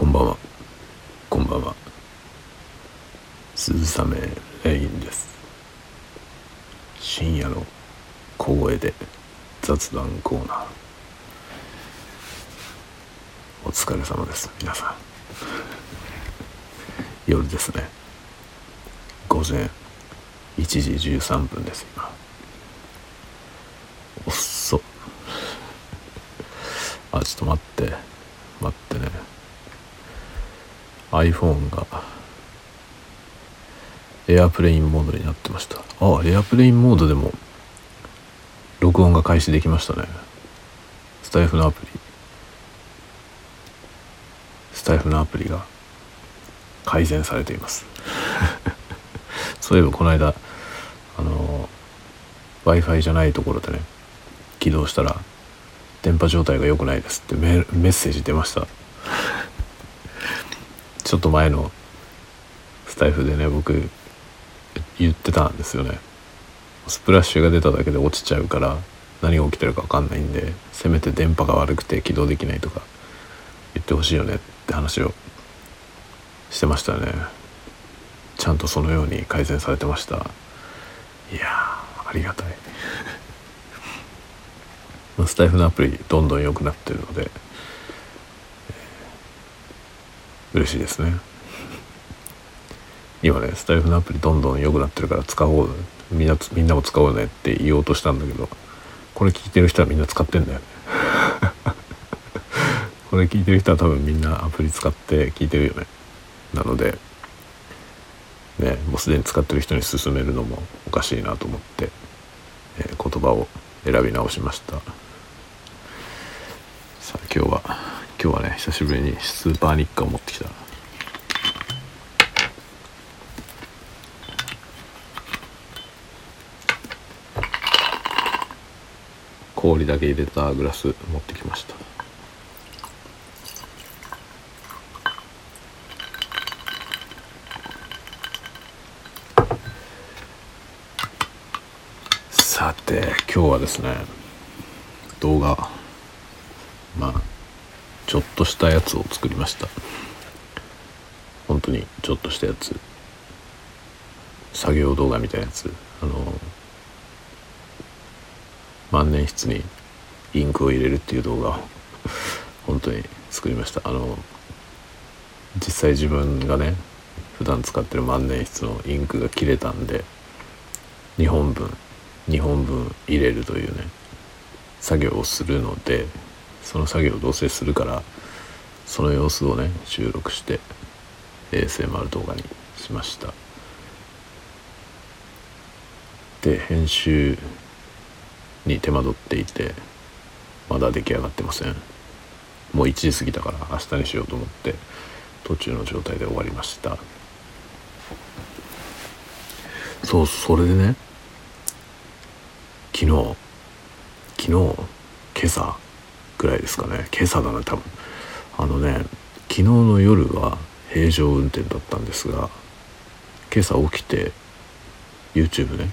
んばんは、こんばんは。鈴雨レインです。深夜の小声で雑談コーナー。お疲れ様です、皆さん。夜ですね。午前1時13分です、今。おっそ。ちょっと待ってね。iPhone がエアプレインモードになってました。エアプレインモードでも録音が開始できましたね。スタイフのアプリが改善されています。そういえばこの間Wi-Fi じゃないところでね、起動したら電波状態が良くないですってメッセージ出ました。ちょっと前のスタイフでね、僕言ってたんですよね。スプラッシュが出ただけで落ちちゃうから何が起きてるか分かんないんで、せめて電波が悪くて起動できないとか言ってほしいよねって話をしてましたね。ちゃんとそのように改善されてました。いやー、ありがたい。スタイフのアプリどんどん良くなってるので、嬉しいですね。今ね、スタイフのアプリどんどん良くなってるから使おう、みんなも使おうねって言おうとしたんだけど、これ聞いてる人はみんな使ってんだよね。これ聞いてる人は多分みんなアプリ使って聞いてるよね。なのでね、もうすでに使ってる人に勧めるのもおかしいなと思って、言葉を選び直しました。さあ今日はね、久しぶりにスーパーニッカを持ってきた。氷だけ入れたグラス持ってきました。さて今日はですね、動画ちょっとしたやつを作りました。本当にちょっとしたやつ、作業動画みたいなやつ。万年筆にインクを入れるっていう動画を本当に作りました。実際自分がね、普段使ってる万年筆のインクが切れたんで、2本分入れるというね作業をするので、その作業をどうせするからその様子をね収録して ASMR 動画にしました。で、編集に手間取っていてまだ出来上がってません。もう1時過ぎたから明日にしようと思って途中の状態で終わりました。それでね、昨日今朝ぐらいですかね、今朝だな多分。昨日の夜は平常運転だったんですが、今朝起きて YouTube ね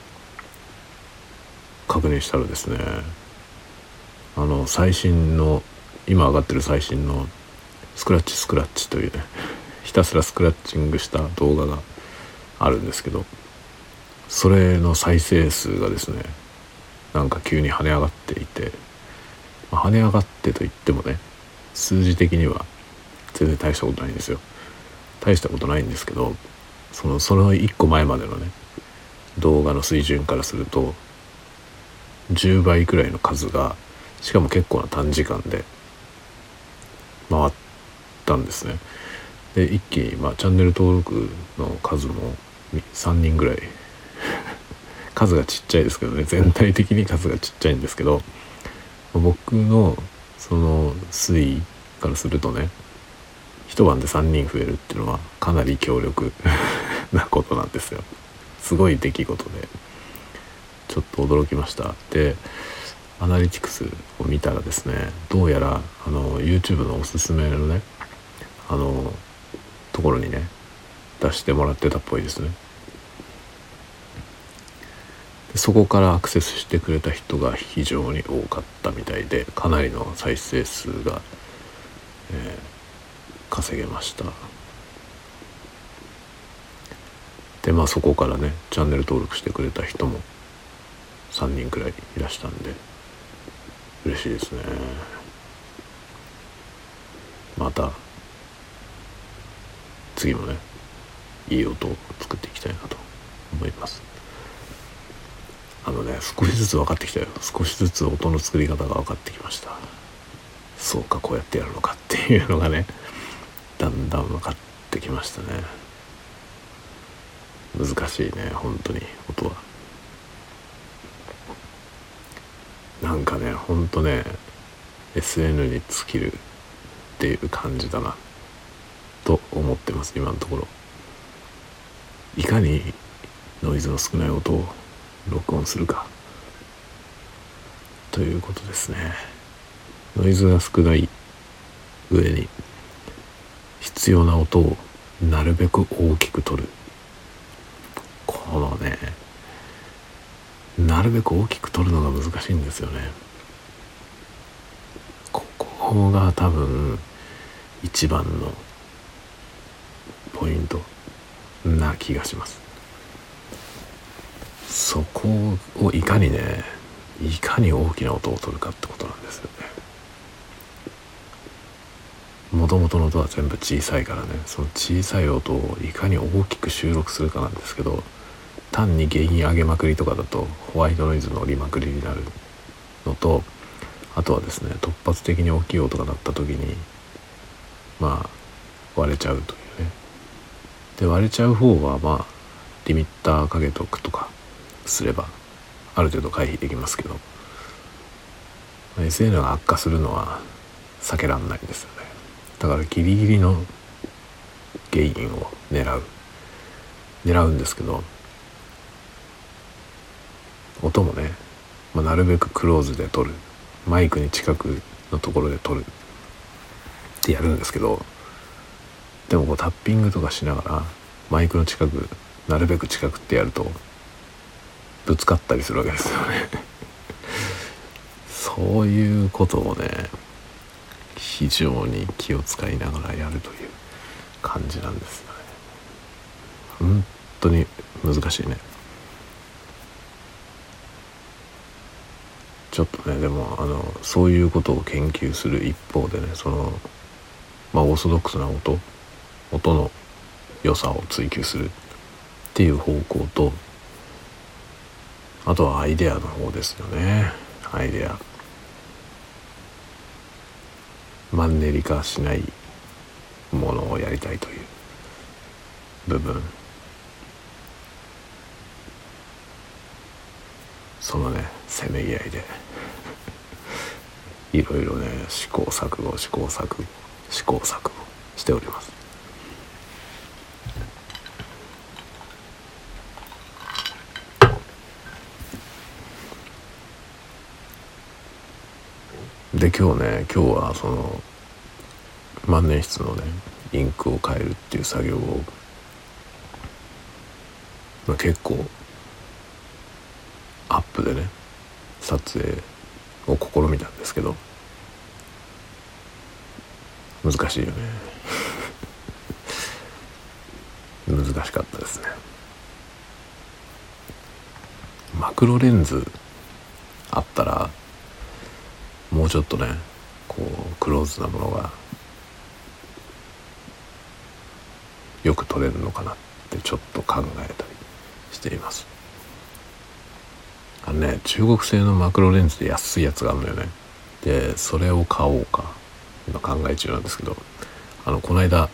確認したらですね、最新の今上がってる最新のスクラッチというね、ひたすらスクラッチングした動画があるんですけど、それの再生数がですね、なんか急に跳ね上がっていて、跳ね上がってと言ってもね、数字的には全然大したことないんですよ。大したことないんですけど、その1個前までのね動画の水準からすると10倍くらいの数が、しかも結構な短時間で回ったんですね。で一気にチャンネル登録の数も3人ぐらい数がちっちゃいですけどね、全体的に数がちっちゃいんですけど、僕のその推移からするとね、一晩で3人増えるっていうのはかなり強力なことなんですよ。すごい出来事でちょっと驚きました。で、アナリティクスを見たらですね、どうやらYouTube のおすすめのねところにね出してもらってたっぽいですね。でそこからアクセスしてくれた人が非常に多かったみたいで、かなりの再生数が、 稼げました。でそこからねチャンネル登録してくれた人も3人くらいいらしたんで嬉しいですね。また次もねいい音を作っていきたいなと思います。少しずつ分かってきたよ。少しずつ音の作り方が分かってきました。そうか、こうやってやるのかっていうのがねだんだん分かってきましたね。難しいね本当に音は。なんかねほんとね SN に尽きるっていう感じだなと思ってます今のところ。いかにノイズの少ない音を録音するかということですね。ノイズが少ない上に必要な音をなるべく大きく取る、このねなるべく大きく取るのが難しいんですよね。ここが多分一番のポイントな気がします。そこをいかに大きな音を取るかってことなんですよね。もともとの音は全部小さいからね、その小さい音をいかに大きく収録するかなんですけど、単にゲイン上げまくりとかだとホワイトノイズ乗りまくりになるのと、あとはですね突発的に大きい音が鳴った時に割れちゃうというね。で割れちゃう方はリミッターかけとくとかすればある程度回避できますけど、SN が悪化するのは避けらんないんですよね。だからギリギリのゲインを狙うんですけど、音もね、なるべくクローズで撮る、マイクに近くのところで撮るってやるんですけど、でもタッピングとかしながらマイクの近くなるべく近くってやるとぶつかったりするわけですよねそういうことをね非常に気を使いながらやるという感じなんですよね。本当に難しいね。ちょっとねでもそういうことを研究する一方でね、オーソドックスな音の良さを追求するっていう方向と、あとはアイデアの方ですよね。アイデアマンネリ化しないものをやりたいという部分、そのねせめぎ合いでいろいろね試行錯誤しております。で今日は万年筆のねインクを変えるっていう作業を、結構アップでね撮影を試みたんですけど難しいよね難しかったですね。マクロレンズあったらもうちょっとねクローズなものがよく撮れるのかなってちょっと考えたりしています。中国製のマクロレンズで安いやつがあるのよね。でそれを買おうか今考え中なんですけど、この間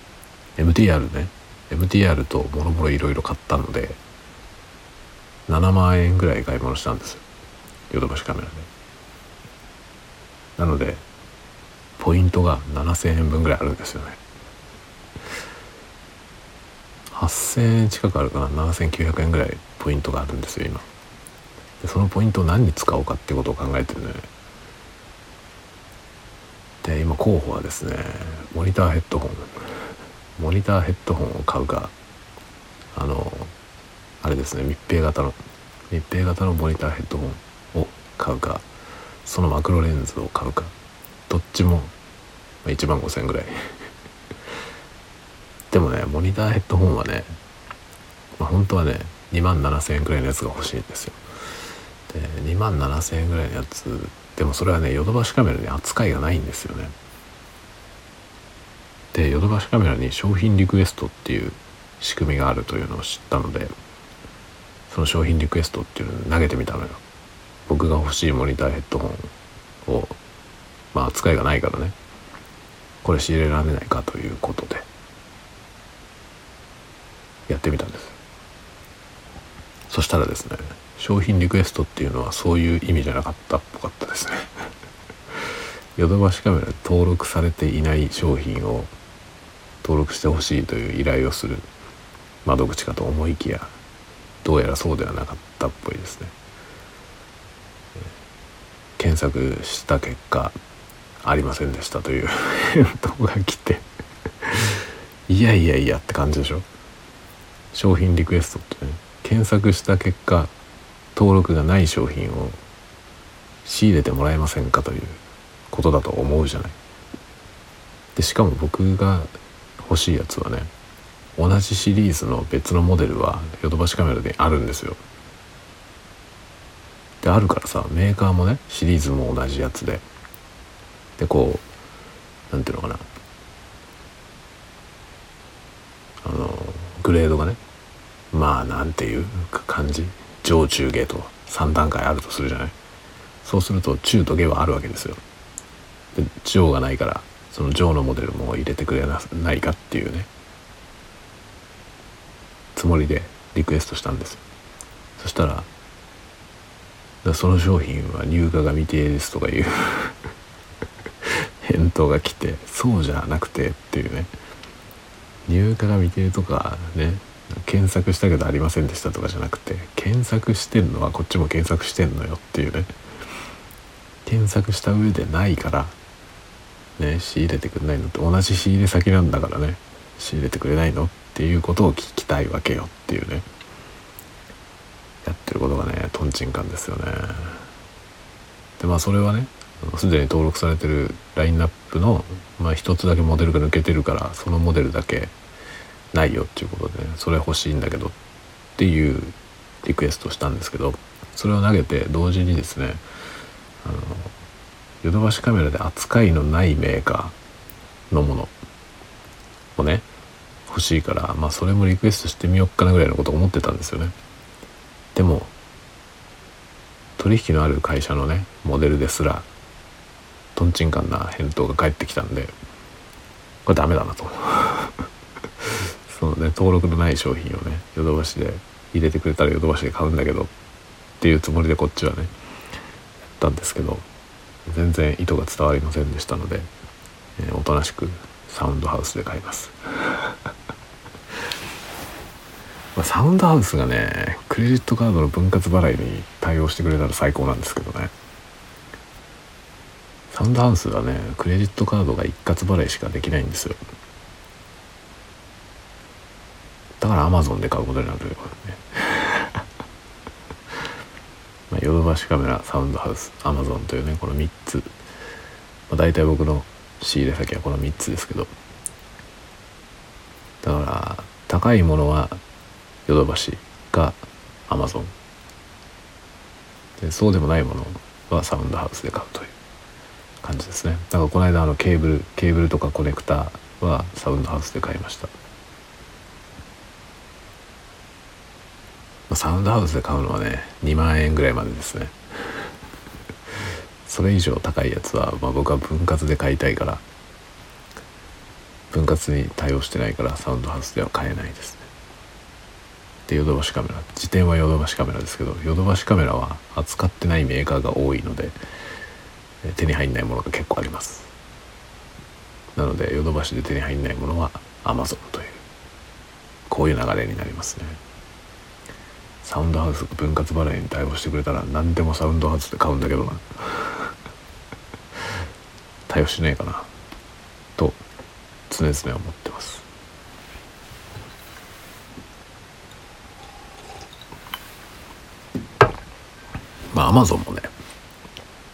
MTR ともろもろいろいろ買ったので7万円ぐらい買い物したんですよ、ヨドバシカメラで。なのでポイントが7000円分ぐらいあるんですよね。8000円近くあるかな、7900円ぐらいポイントがあるんですよ今で。そのポイントを何に使おうかってことを考えてるね。で今候補はですねモニターヘッドホンを買うか、あれですね密閉型のモニターヘッドホンを買うか、そのマクロレンズを買うか、どっちも1万5000円ぐらいでもねモニターヘッドホンはね、本当はね27,000円くらいのやつが欲しいんですよ。で27,000円ぐらいのやつでもそれはねヨドバシカメラに扱いがないんですよね。でヨドバシカメラに商品リクエストっていう仕組みがあるというのを知ったので、その商品リクエストっていうのを投げてみたのよ。僕が欲しいモニターヘッドホンを扱いがないからね、これ仕入れられないかということでやってみたんです。そしたらですね、商品リクエストっていうのはそういう意味じゃなかったっぽかったですねヨドバシカメラで登録されていない商品を登録してほしいという依頼をする窓口かと思いきや、どうやらそうではなかったっぽいですね。検索した結果ありませんでしたという返答が来ていやいやいやって感じでしょ。商品リクエストってね、検索した結果登録がない商品を仕入れてもらえませんかということだと思うじゃない。でしかも僕が欲しいやつはね、同じシリーズの別のモデルはヨドバシカメラであるんですよ。であるからさ、メーカーもねシリーズも同じやつで、でこうなんていうのかな、グレードがね、なんていう感じ、上中下と3段階あるとするじゃない。そうすると中と下はあるわけですよ。で上がないからその上のモデルも入れてくれないかっていうねつもりでリクエストしたんです。そしたらその商品は入荷が未定ですとかいう返答が来て、そうじゃなくてっていうね、入荷が未定とかね、検索したけどありませんでしたとかじゃなくて、検索してんのはこっちも検索してんのよっていうね、検索した上でないからね仕入れてくれないのって、同じ仕入れ先なんだからね仕入れてくれないのっていうことを聞きたいわけよっていうね、やってることがねトンチンカンですよね。でそれはねすでに登録されてるラインナップの一つだけモデルが抜けてるから、そのモデルだけないよっていうことでね、それ欲しいんだけどっていうリクエストしたんですけど、それを投げて同時にですね、ヨドバシカメラで扱いのないメーカーのものをね欲しいから、それもリクエストしてみよっかなぐらいのことを思ってたんですよね。でも取引のある会社のねモデルですらトンチンカンな返答が返ってきたんで、これダメだなとそのね登録のない商品をねヨドバシで入れてくれたらヨドバシで買うんだけどっていうつもりでこっちはねやったんですけど、全然意図が伝わりませんでしたので、おとなしくサウンドハウスで買いますサウンドハウスがねクレジットカードの分割払いに対応してくれたら最高なんですけどね。サウンドハウスはねクレジットカードが一括払いしかできないんですよ。だからAmazonで買うことになるよねヨドバシカメラ、サウンドハウス、Amazonというねこの3つ、大体僕の仕入れ先はこの3つですけど、だから高いものはヨドバシかAmazonで、そうでもないものはサウンドハウスで買うという感じですね。だからこの間ケーブルとかコネクタはサウンドハウスで買いました。サウンドハウスで買うのはね2万円ぐらいまでですねそれ以上高いやつは、僕は分割で買いたいから、分割に対応してないからサウンドハウスでは買えないですね。でヨドバシカメラ、辞典はヨドバシカメラですけど、ヨドバシカメラは扱ってないメーカーが多いので手に入んないものが結構あります。なのでヨドバシで手に入んないものは Amazon という、こういう流れになりますね。サウンドハウスが分割払いに対応してくれたら何でもサウンドハウスで買うんだけどな対応しないかなと常々思ってます。Amazon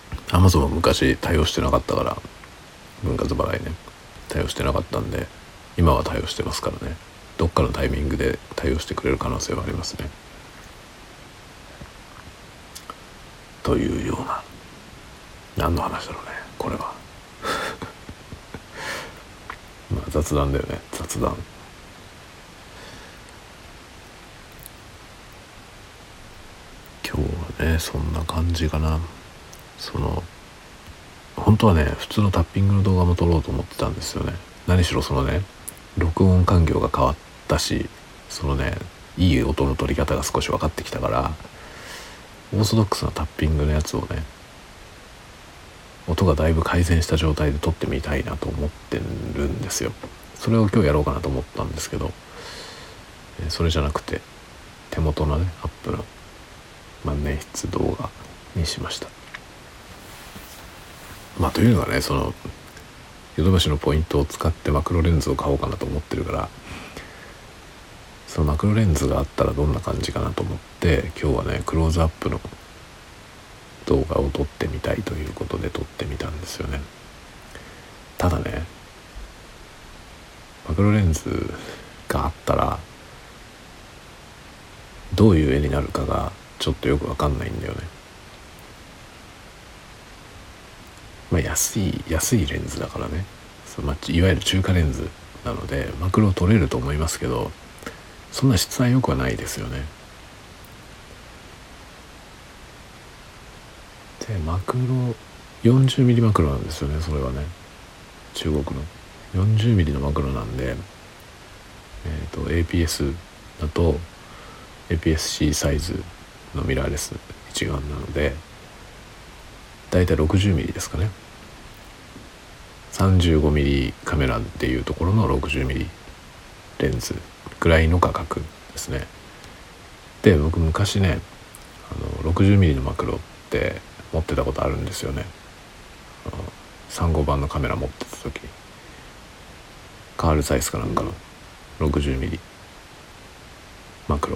もね、Amazon も昔対応してなかったから、分割払いね対応してなかったんで、 今は対応してますからね。どっかのタイミングで対応してくれる可能性はありますね。というような、何の話だろうねこれはまあ雑談だよね、雑談。今日はねそんな感じかな。本当はね普通のタッピングの動画も撮ろうと思ってたんですよね。何しろ録音環境が変わったし、いい音の取り方が少し分かってきたから、オーソドックスなタッピングのやつをね、音がだいぶ改善した状態で撮ってみたいなと思ってるんですよ。それを今日やろうかなと思ったんですけど、それじゃなくて手元のねアップの万年筆動画にしました。というのがね、ヨドバシのポイントを使ってマクロレンズを買おうかなと思ってるから、そのマクロレンズがあったらどんな感じかなと思って、今日はねクローズアップの動画を撮ってみたいということで撮ってみたんですよね。ただね、マクロレンズがあったらどういう絵になるかがちょっとよく分かんないんだよね。安いレンズだからね、いわゆる中華レンズなのでマクロ撮れると思いますけど、そんな質は良くはないですよね。でマクロ 40mm マクロなんですよね。それはね中国の 40mm のマクロなんで、APS だと APS-C サイズのミラーレス一眼なので、だいたい 60mm ですかね。35mm カメラっていうところの 60mm レンズぐらいの価格ですね。で僕昔ね60mm のマクロって持ってたことあるんですよね。35番のカメラ持ってた時、カール・サイスかなんかの 60mm マクロ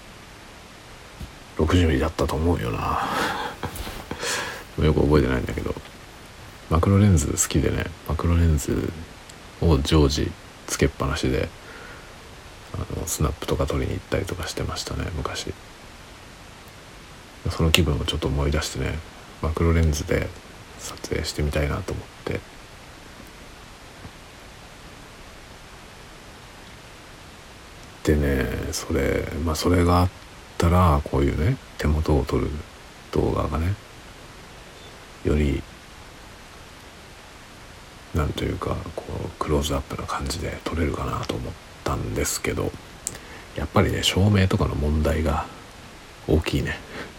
60mm だったと思うよなよく覚えてないんだけど、マクロレンズ好きでね、マクロレンズを常時つけっぱなしでスナップとか撮りに行ったりとかしてましたね昔。その気分をちょっと思い出してね、マクロレンズで撮影してみたいなと思って、でねそれがあったらこういうね手元を撮る動画がねよりなんというかクローズアップな感じで撮れるかなと思ったんですけど、やっぱりね照明とかの問題が大きいね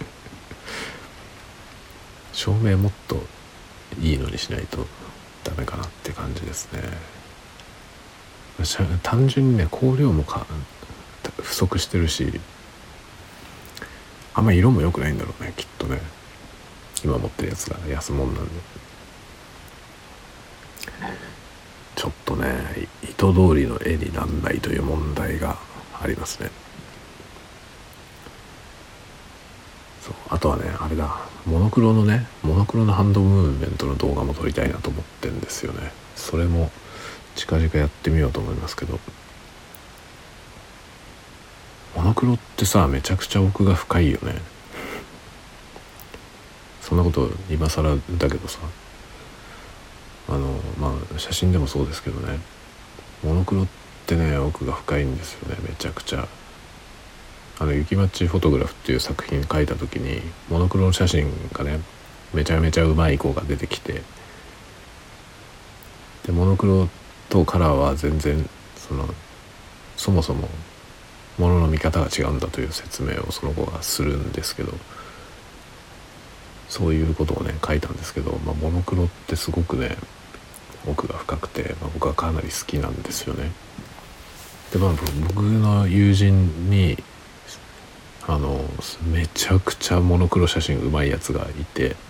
照明もっといいのにしないとダメかなって感じですね。単純にね光量も不足してるし、あんま色も良くないんだろうねきっとね。今持ってるやつが安物なんで、ちょっとね意図通りの絵になんないという問題がありますね。あとはねあれだ、モノクロのハンドムーブメントの動画も撮りたいなと思ってんですよね。それも近々やってみようと思いますけど、モノクロってさめちゃくちゃ奥が深いよね。そんなこと今更だけどさ、写真でもそうですけどね、モノクロってね奥が深いんですよねめちゃくちゃ。雪町フォトグラフっていう作品書いた時にモノクロの写真がねめちゃめちゃうまい子が出てきて、でモノクロとカラーは全然そもそもものの見方が違うんだという説明をその子がするんですけど、そういうことをね書いたんですけど、モノクロってすごくね奥が深くて、僕はかなり好きなんですよね。で僕の友人にめちゃくちゃモノクロ写真うまいやつがいて、で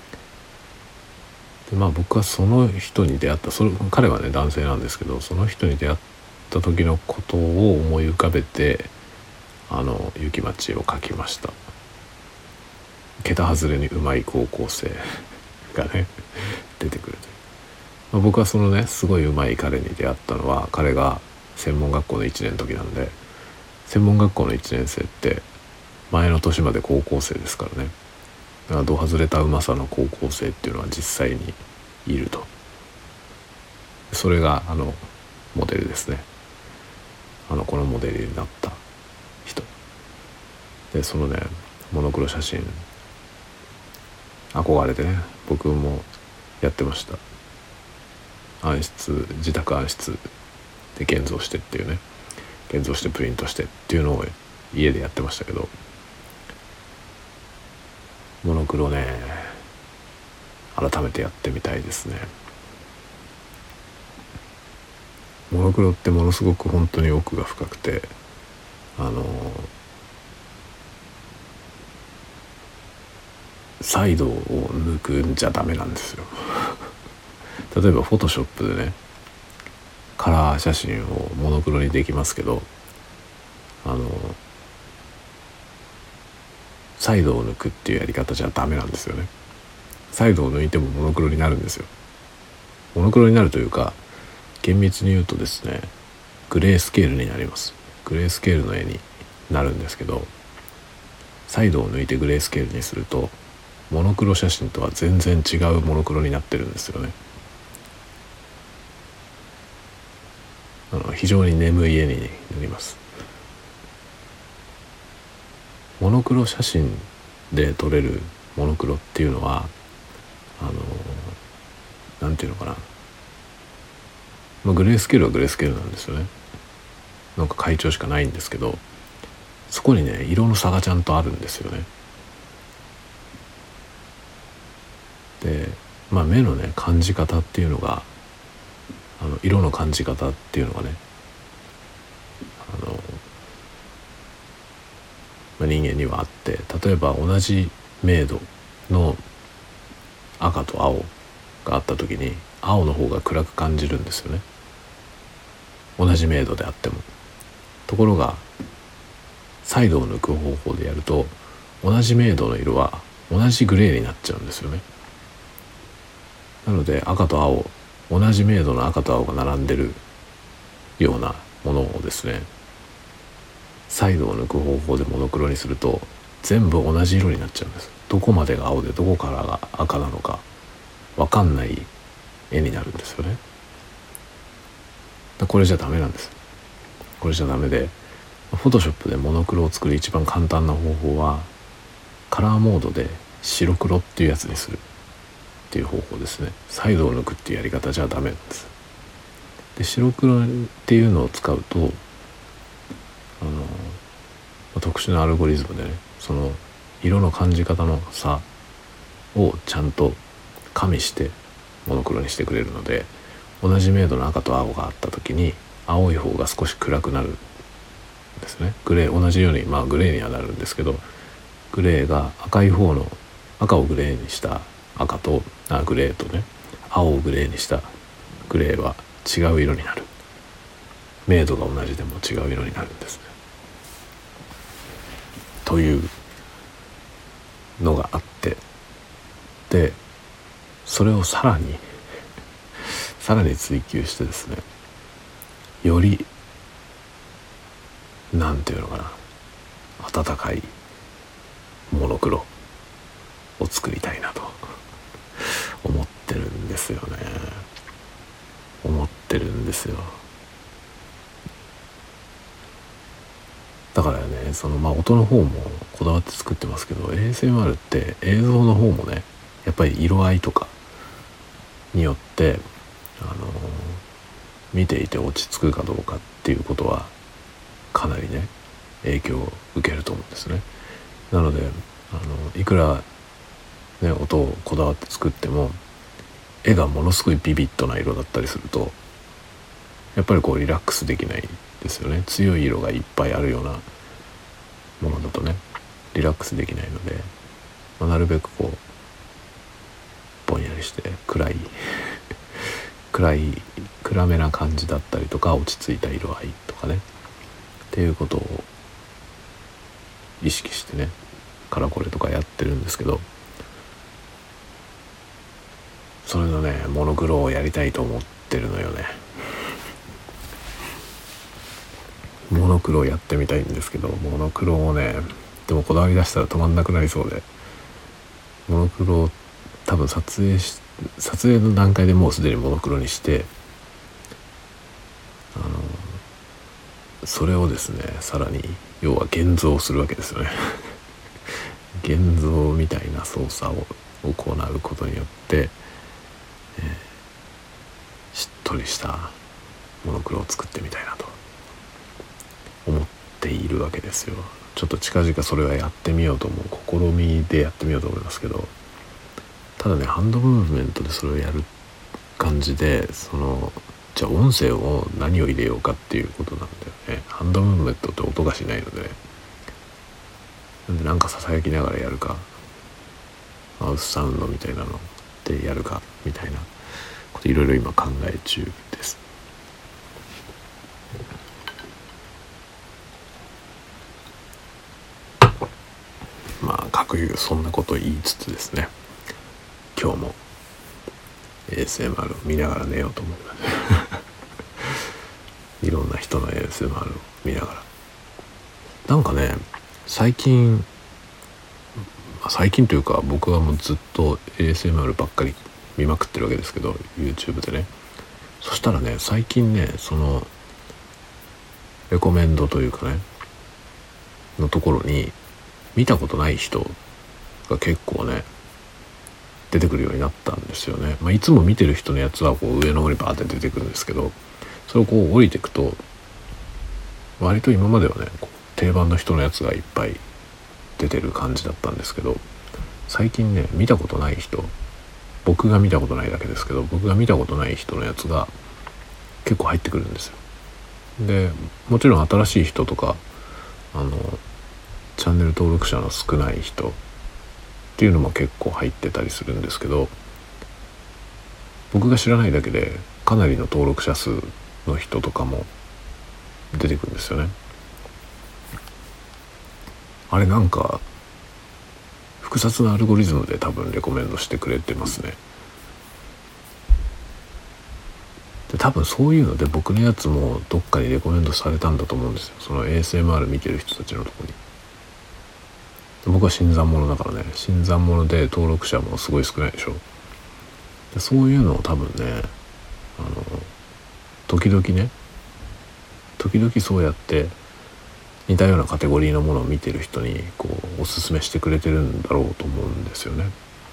僕はその人に出会った彼はね男性なんですけど、その人に出会った時のことを思い浮かべて雪町を描きました。桁外れにうまい高校生がね出てくるという。 僕はそのねすごい上手い彼に出会ったのは、彼が専門学校の1年の時なんで、専門学校の1年生って前の年まで高校生ですからね。だからど外れたうまさの高校生っていうのは実際にいると。それがモデルですね。このモデルになった人で、そのねモノクロ写真憧れてね、僕もやってました。自宅暗室で現像してっていうね、現像してプリントしてっていうのを家でやってましたけど、モノクロね改めてやってみたいですね。モノクロってものすごく本当に奥が深くて、サイドを抜くんじゃダメなんですよ例えばフォトショップでねカラー写真をモノクロにできますけど、サイドを抜くっていうやり方じゃダメなんですよね。サイドを抜いてもモノクロになるんですよ。モノクロになるというか、厳密に言うとですね、グレースケールになります。グレースケールの絵になるんですけど、サイドを抜いてグレースケールにするとモノクロ写真とは全然違うモノクロになってるんですよね。非常に眠い絵になります。モノクロ写真で撮れるモノクロっていうのはなんていうのかな、グレースケールはグレースケールなんですよね。なんか階調しかないんですけど、そこにね色の差がちゃんとあるんですよね。で、目のね感じ方っていうのが色の感じ方っていうのがね人間にはあって、例えば同じ明度の赤と青があった時に青の方が暗く感じるんですよね、同じ明度であっても。ところがサイドを抜く方法でやると同じ明度の色は同じグレーになっちゃうんですよね。なので赤と青、同じ明度の赤と青が並んでるようなものをですね、サイドを抜く方法でモノクロにすると全部同じ色になっちゃうんです。どこまでが青でどこからが赤なのか分かんない絵になるんですよね。これじゃダメなんです。これじゃダメで、フォトショップでモノクロを作る一番簡単な方法はカラーモードで白黒っていうやつにするっていう方法ですね。サイドを抜くっていうやり方じゃダメなんです。で、白黒っていうのを使うと特殊なアルゴリズムでね、その色の感じ方の差をちゃんと加味してモノクロにしてくれるので、同じ明度の赤と青があった時に青い方が少し暗くなるんですね。グレー同じようにグレーにはなるんですけど、グレーが赤い方の赤をグレーにした赤とグレーとね、青をグレーにしたグレーは違う色になる。明度が同じでも違う色になるんですね。というのがあって、でそれをさらに追求してですね、よりなんていうのかな、温かいモノクロを作りたいなと思ってるんですよね。思ってるんですよ。だからね、音の方もこだわって作ってますけど、 ASMR って映像の方もね、やっぱり色合いとかによって見ていて落ち着くかどうかっていうことはかなりね影響を受けると思うんですね。なのでいくらね音をこだわって作っても絵がものすごいビビッドな色だったりするとやっぱりリラックスできないですよね。強い色がいっぱいあるようなものだとねリラックスできないので、なるべくぼんやりして暗めな感じだったりとか、落ち着いた色合いとかねっていうことを意識してねカラコレとかやってるんですけど、 それのねモノクロをやりたいと思ってるのよね。モノクロをやってみたいんですけど、モノクロをねでもこだわり出したら止まんなくなりそうで、モノクロを多分撮影の段階でもうすでにモノクロにして、それをですねさらに要は現像するわけですよね現像みたいな操作を行うことによって、しっとりしたモノクロを作ってみたいなと思っているわけですよ。ちょっと近々それはやってみようと思う、試みでやってみようと思いますけど、ただねハンドムーブメントでそれをやる感じで、じゃあ音声を何を入れようかっていうことなんだよね。ハンドムーブメントって音がしないので、なんかささやきながらやるか、マウスサウンドみたいなのでやるかみたいなこといろいろ今考え中です。各有そんなこと言いつつですね、今日も ASMR を見ながら寝ようと思いますいろんな人の ASMR を見ながら、なんかね最近というか僕はもうずっと ASMR ばっかり見まくってるわけですけど YouTube でね。そしたらね最近ねレコメンドというかねのところに見たことない人が結構ね出てくるようになったんですよね。いつも見てる人のやつはこう上の方にバーって出てくるんですけど、それをこう降りていくと割と今まではねこう定番の人のやつがいっぱい出てる感じだったんですけど、最近ね見たことない人、僕が見たことないだけですけど僕が見たことない人のやつが結構入ってくるんですよ。でもちろん新しい人とかチャンネル登録者の少ない人っていうのも結構入ってたりするんですけど、僕が知らないだけでかなりの登録者数の人とかも出てくるんですよね。あれなんか複雑なアルゴリズムで多分レコメンドしてくれてますね。で多分そういうので僕のやつもどっかにレコメンドされたんだと思うんですよ、その ASMR 見てる人たちのところに。僕は新参者だからね、新参者で登録者もすごい少ないでしょ。でそういうのを多分ね時々そうやって似たようなカテゴリーのものを見てる人にこうおすすめしてくれてるんだろうと思うんですよね。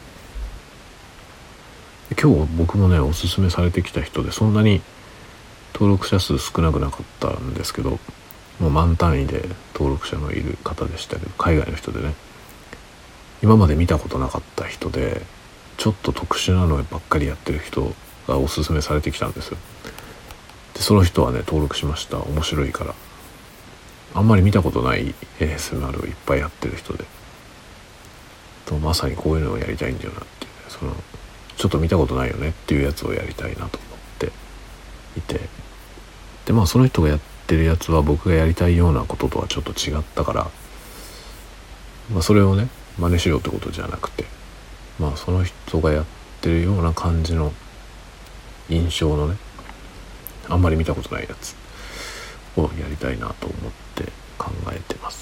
で今日僕もねおすすめされてきた人でそんなに登録者数少なくなかったんですけど、もう満単位で登録者のいる方でしたけど、海外の人でね、今まで見たことなかった人でちょっと特殊なのばっかりやってる人がおすすめされてきたんですよ。でその人はね登録しました。面白いから。あんまり見たことない ASMR をいっぱいやってる人で、まさにこういうのをやりたいんだよなっていうね、ちょっと見たことないよねっていうやつをやりたいなと思っていて、でその人がやってるやつは僕がやりたいようなこととはちょっと違ったから、それをね真似しようってことじゃなくて、その人がやってるような感じの印象のね、あんまり見たことないやつをやりたいなと思って考えてます。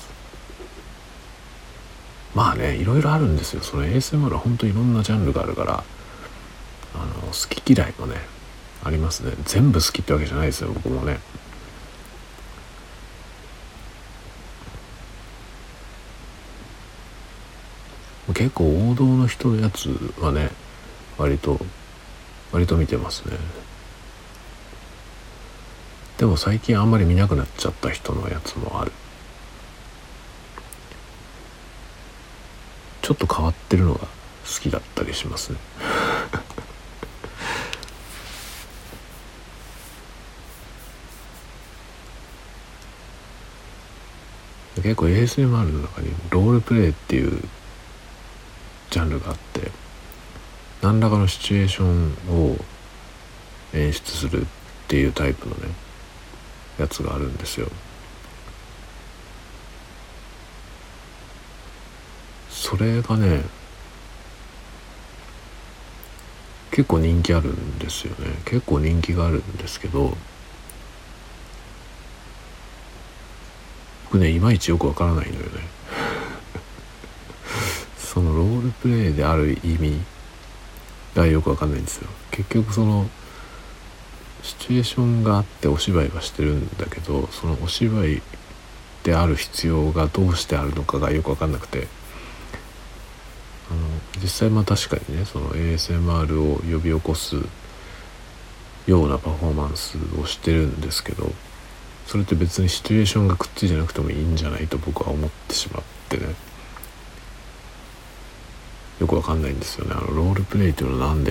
いろいろあるんですよ。その ASMR は本当にいろんなジャンルがあるから、好き嫌いもねありますね。全部好きってわけじゃないですよ僕もね。結構王道の人のやつはね割と見てますね。でも最近あんまり見なくなっちゃった人のやつもある。ちょっと変わってるのが好きだったりしますね結構 ASMR の中にロールプレイっていうジャンルがあって、何らかのシチュエーションを演出するっていうタイプのねやつがあるんですよ。それがね結構人気あるんですよね。結構人気があるんですけど、僕ねいまいちよくわからないのよね。そのロールプレイである意味がよくわかんないんですよ。結局そのシチュエーションがあってお芝居はしてるんだけど、そのお芝居である必要がどうしてあるのかがよくわかんなくて、実際確かにねその ASMR を呼び起こすようなパフォーマンスをしてるんですけど、それって別にシチュエーションがくっついてなくてもいいんじゃないと僕は思ってしまってね、よくわかんないんですよね。ロールプレイっていうのは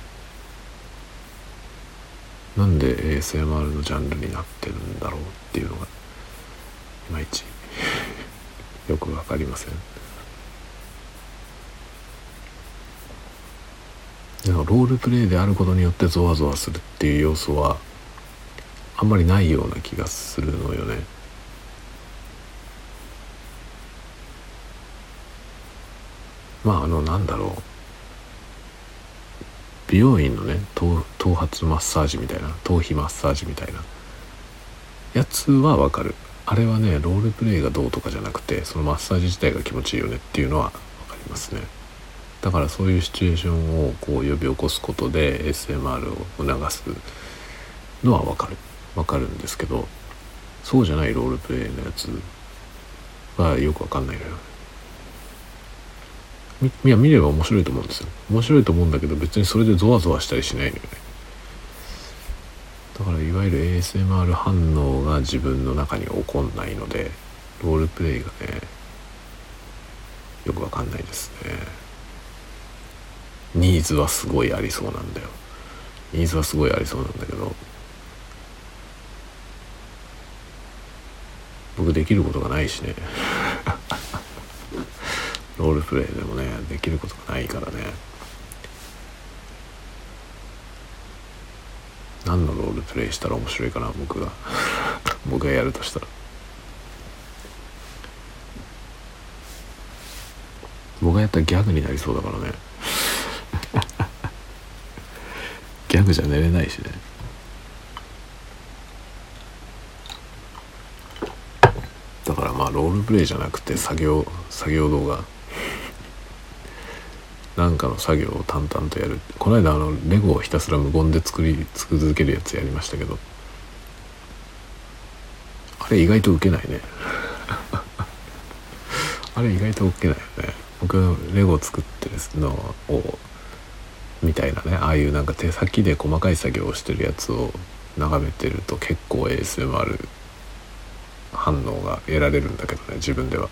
なんで ASMR のジャンルになってるんだろうっていうのがいまいちよくわかりません。でもロールプレイであることによってゾワゾワするっていう要素はあんまりないような気がするのよね。なんだろう、美容院のね頭髪マッサージみたいな、頭皮マッサージみたいなやつはわかる。あれはねロールプレイがどうとかじゃなくて、そのマッサージ自体が気持ちいいよねっていうのはわかりますね。だからそういうシチュエーションをこう呼び起こすことで SMR を促すのはわかるんですけど、そうじゃないロールプレイのやつはよくわかんないのよ。見れば面白いと思うんですよ。面白いと思うんだけど、別にそれでゾワゾワしたりしないのよね。だからいわゆる ASMR 反応が自分の中に起こんないので、ロールプレイがねよくわかんないですね。ニーズはすごいありそうなんだよ。ニーズはすごいありそうなんだけど、僕できることがないしねロールプレイでもねできることがないからね。何のロールプレイしたら面白いかな、僕が僕がやるとしたら。僕がやったらギャグになりそうだからねギャグじゃ寝れないしね。だからロールプレイじゃなくて作業動画なんかの作業を淡々とやる。この間レゴをひたすら無言で作り続けるやつやりましたけど、あれ意外とウケないねあれ意外とウケないよね。僕レゴ作ってるのをみたいなね、ああいうなんか手先で細かい作業をしてるやつを眺めてると結構 ASMR 反応が得られるんだけどね、自分では。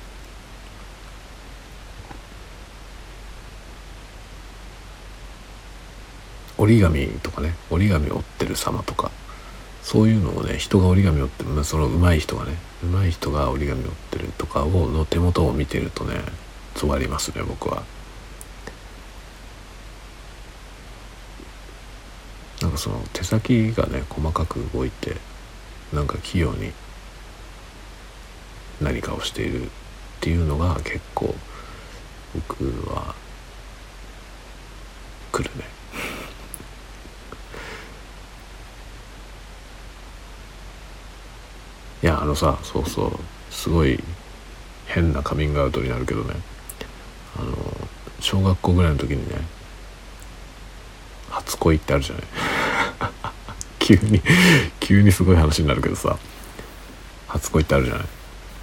折り紙とかね、折り紙を折ってる様とか、そういうのをね、人が折り紙を折ってる、その上手い人が折り紙を折ってるとかの手元を見てるとね、ゾワりますね、僕は。なんかその手先がね細かく動いて、なんか器用に何かをしているっていうのが結構僕は来るねいやそうそうすごい変なカミングアウトになるけどね、小学校ぐらいの時にね初恋ってあるじゃない急にすごい話になるけどさ、初恋ってあるじゃない。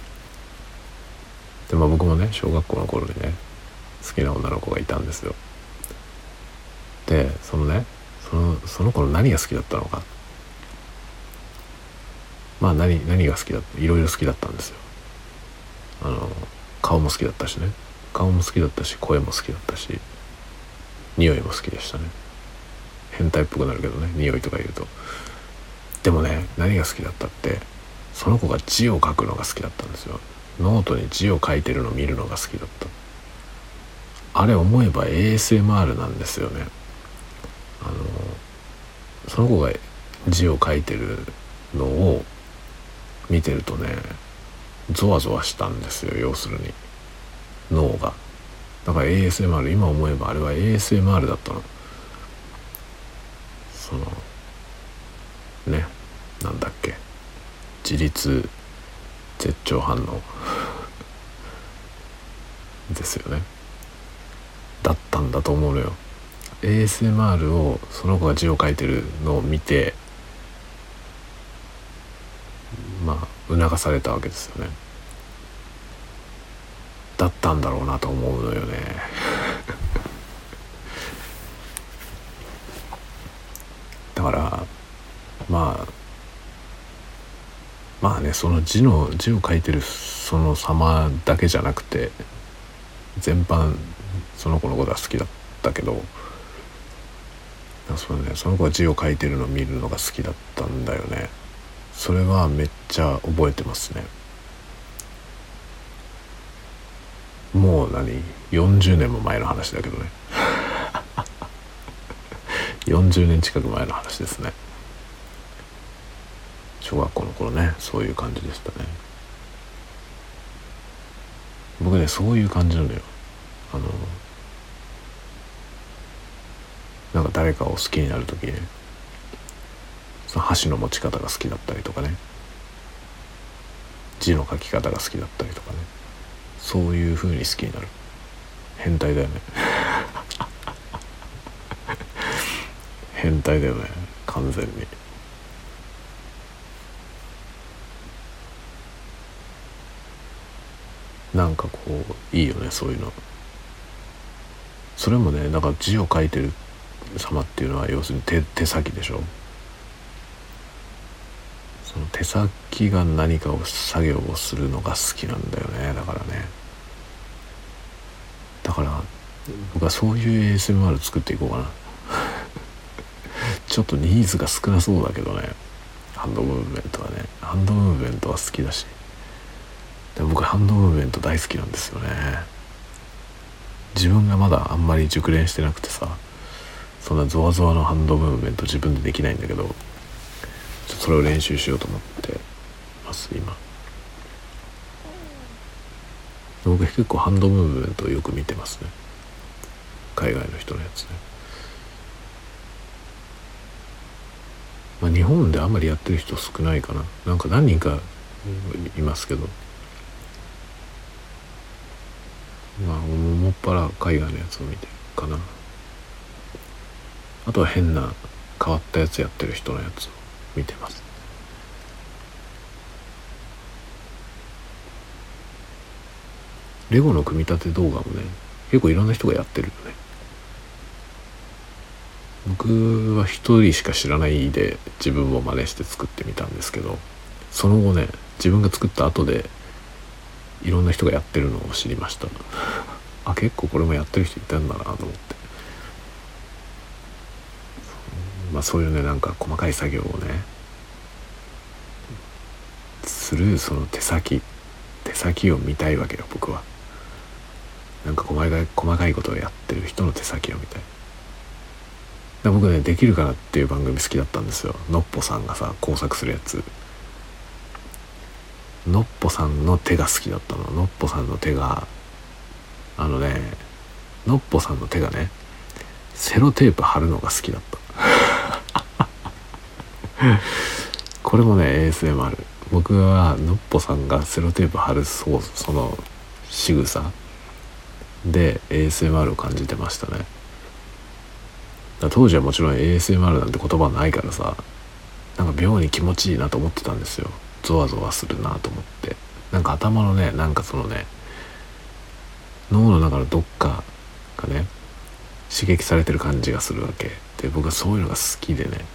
で僕もね小学校の頃にね好きな女の子がいたんですよ。でその子の何が好きだったのか、何が好きだった、いろいろ好きだったんですよ。顔も好きだったしね、顔も好きだったし声も好きだったし匂いも好きでしたね。変態っぽくなるけどね、匂いとか言うと。でもね何が好きだったって、その子が字を書くのが好きだったんですよ。ノートに字を書いてるのを見るのが好きだった。あれ思えば ASMR なんですよね。その子が字を書いてるのを見てるとねゾワゾワしたんですよ、要するに脳が。だから ASMR、 今思えばあれは ASMR だったの。 そのね、なんだっけ、自律絶頂反応ですよね。だったんだと思うのよ。 ASMR をその子が字を書いてるのを見て、促されたわけですよね。だったんだろうなと思うのよねだからその字を書いてるその様だけじゃなくて、全般その子のことは好きだったけど、その子が字を書いてるのを見るのが好きだったんだよね。それはめっちゃ覚えてますね。もう40年も前の話だけどね40年近く前の話ですね。小学校の頃ね、そういう感じでしたね。僕ね、そういう感じなのよ。なんか誰かを好きになるときね、その箸の持ち方が好きだったりとかね、字の書き方が好きだったりとかね、そういう風に好きになる。変態だよね変態だよね、完全に。なんかこういいよね、そういうの。それもね、なんか字を書いてる様っていうのは要するに手先でしょ。その手先が何かを作業をするのが好きなんだよね。だから僕はそういう ASMR 作っていこうかなちょっとニーズが少なそうだけどね。ハンドムーブメントはね、ハンドムーブメントは好きだし、でも僕ハンドムーブメント大好きなんですよね。自分がまだあんまり熟練してなくてさ、そんなゾワゾワのハンドムーブメント自分でできないんだけど、それを練習しようと思ってます今。僕結構ハンドムーブメントをよく見てますね、海外の人のやつね。日本であんまりやってる人少ないかな。なんか何人かいますけど、もっぱら海外のやつを見てるかな。あとは変な変わったやつやってる人のやつを見てます。レゴの組み立て動画もね、結構いろんな人がやってるよね。僕は一人しか知らないで自分も真似して作ってみたんですけど、その後ね、自分が作った後でいろんな人がやってるのを知りましたあ、結構これもやってる人いたんだなと思って。そういうね、なんか細かい作業をねする、その手先を見たいわけよ、僕は。なんか細かいことをやってる人の手先を見たい。僕ね、できるかなっていう番組好きだったんですよ。のっぽさんがさ工作するやつ。のっぽさんの手が好きだったの。のっぽさんの手がのっぽさんの手がね、セロテープ貼るのが好きだったこれもね ASMR。 僕はのっぽさんがセロテープ貼るその仕草で ASMR を感じてましたね。当時はもちろん ASMR なんて言葉ないからさ、なんか妙に気持ちいいなと思ってたんですよ。ゾワゾワするなと思って、なんか頭のね、なんかそのね、脳の中のどっかがね刺激されてる感じがするわけで、僕はそういうのが好きでね、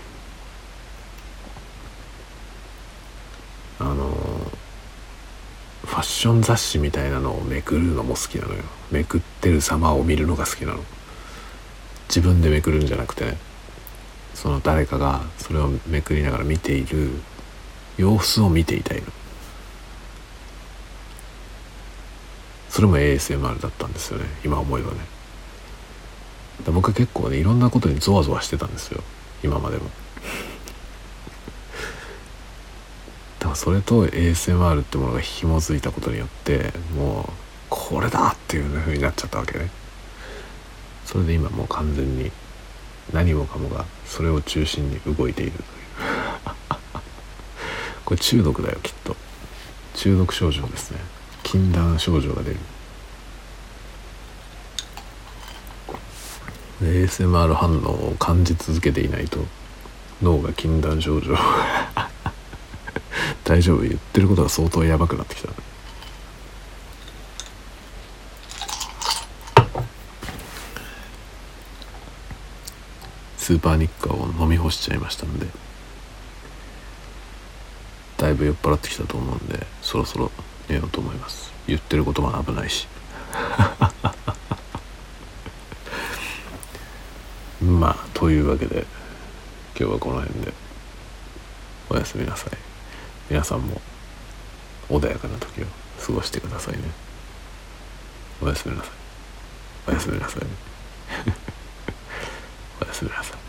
ファッション雑誌みたいなのをめくるのも好きなのよ。めくってる様を見るのが好きなの。自分でめくるんじゃなくてね、その誰かがそれをめくりながら見ている様子を見ていたいの。それも ASMR だったんですよね、今思えばね。僕は結構ね、いろんなことにゾワゾワしてたんですよ、今までも。だからそれと ASMR ってものが紐づいたことによって、もうこれだっていう風になっちゃったわけね。それで今もう完全に何もかもがそれを中心に動いているというこれ中毒だよ、きっと。中毒症状ですね。禁断症状が出る。ASMR 反応を感じ続けていないと脳が禁断症状大丈夫？言ってることが相当やばくなってきた。スーパーニッカを飲み干しちゃいましたんで、だいぶ酔っ払ってきたと思うんで、そろそろ寝ようと思います。言ってることも危ないしまあというわけで今日はこの辺でおやすみなさい。皆さんも穏やかな時を過ごしてくださいね。おやすみなさい。おやすみなさいおやすみなさい。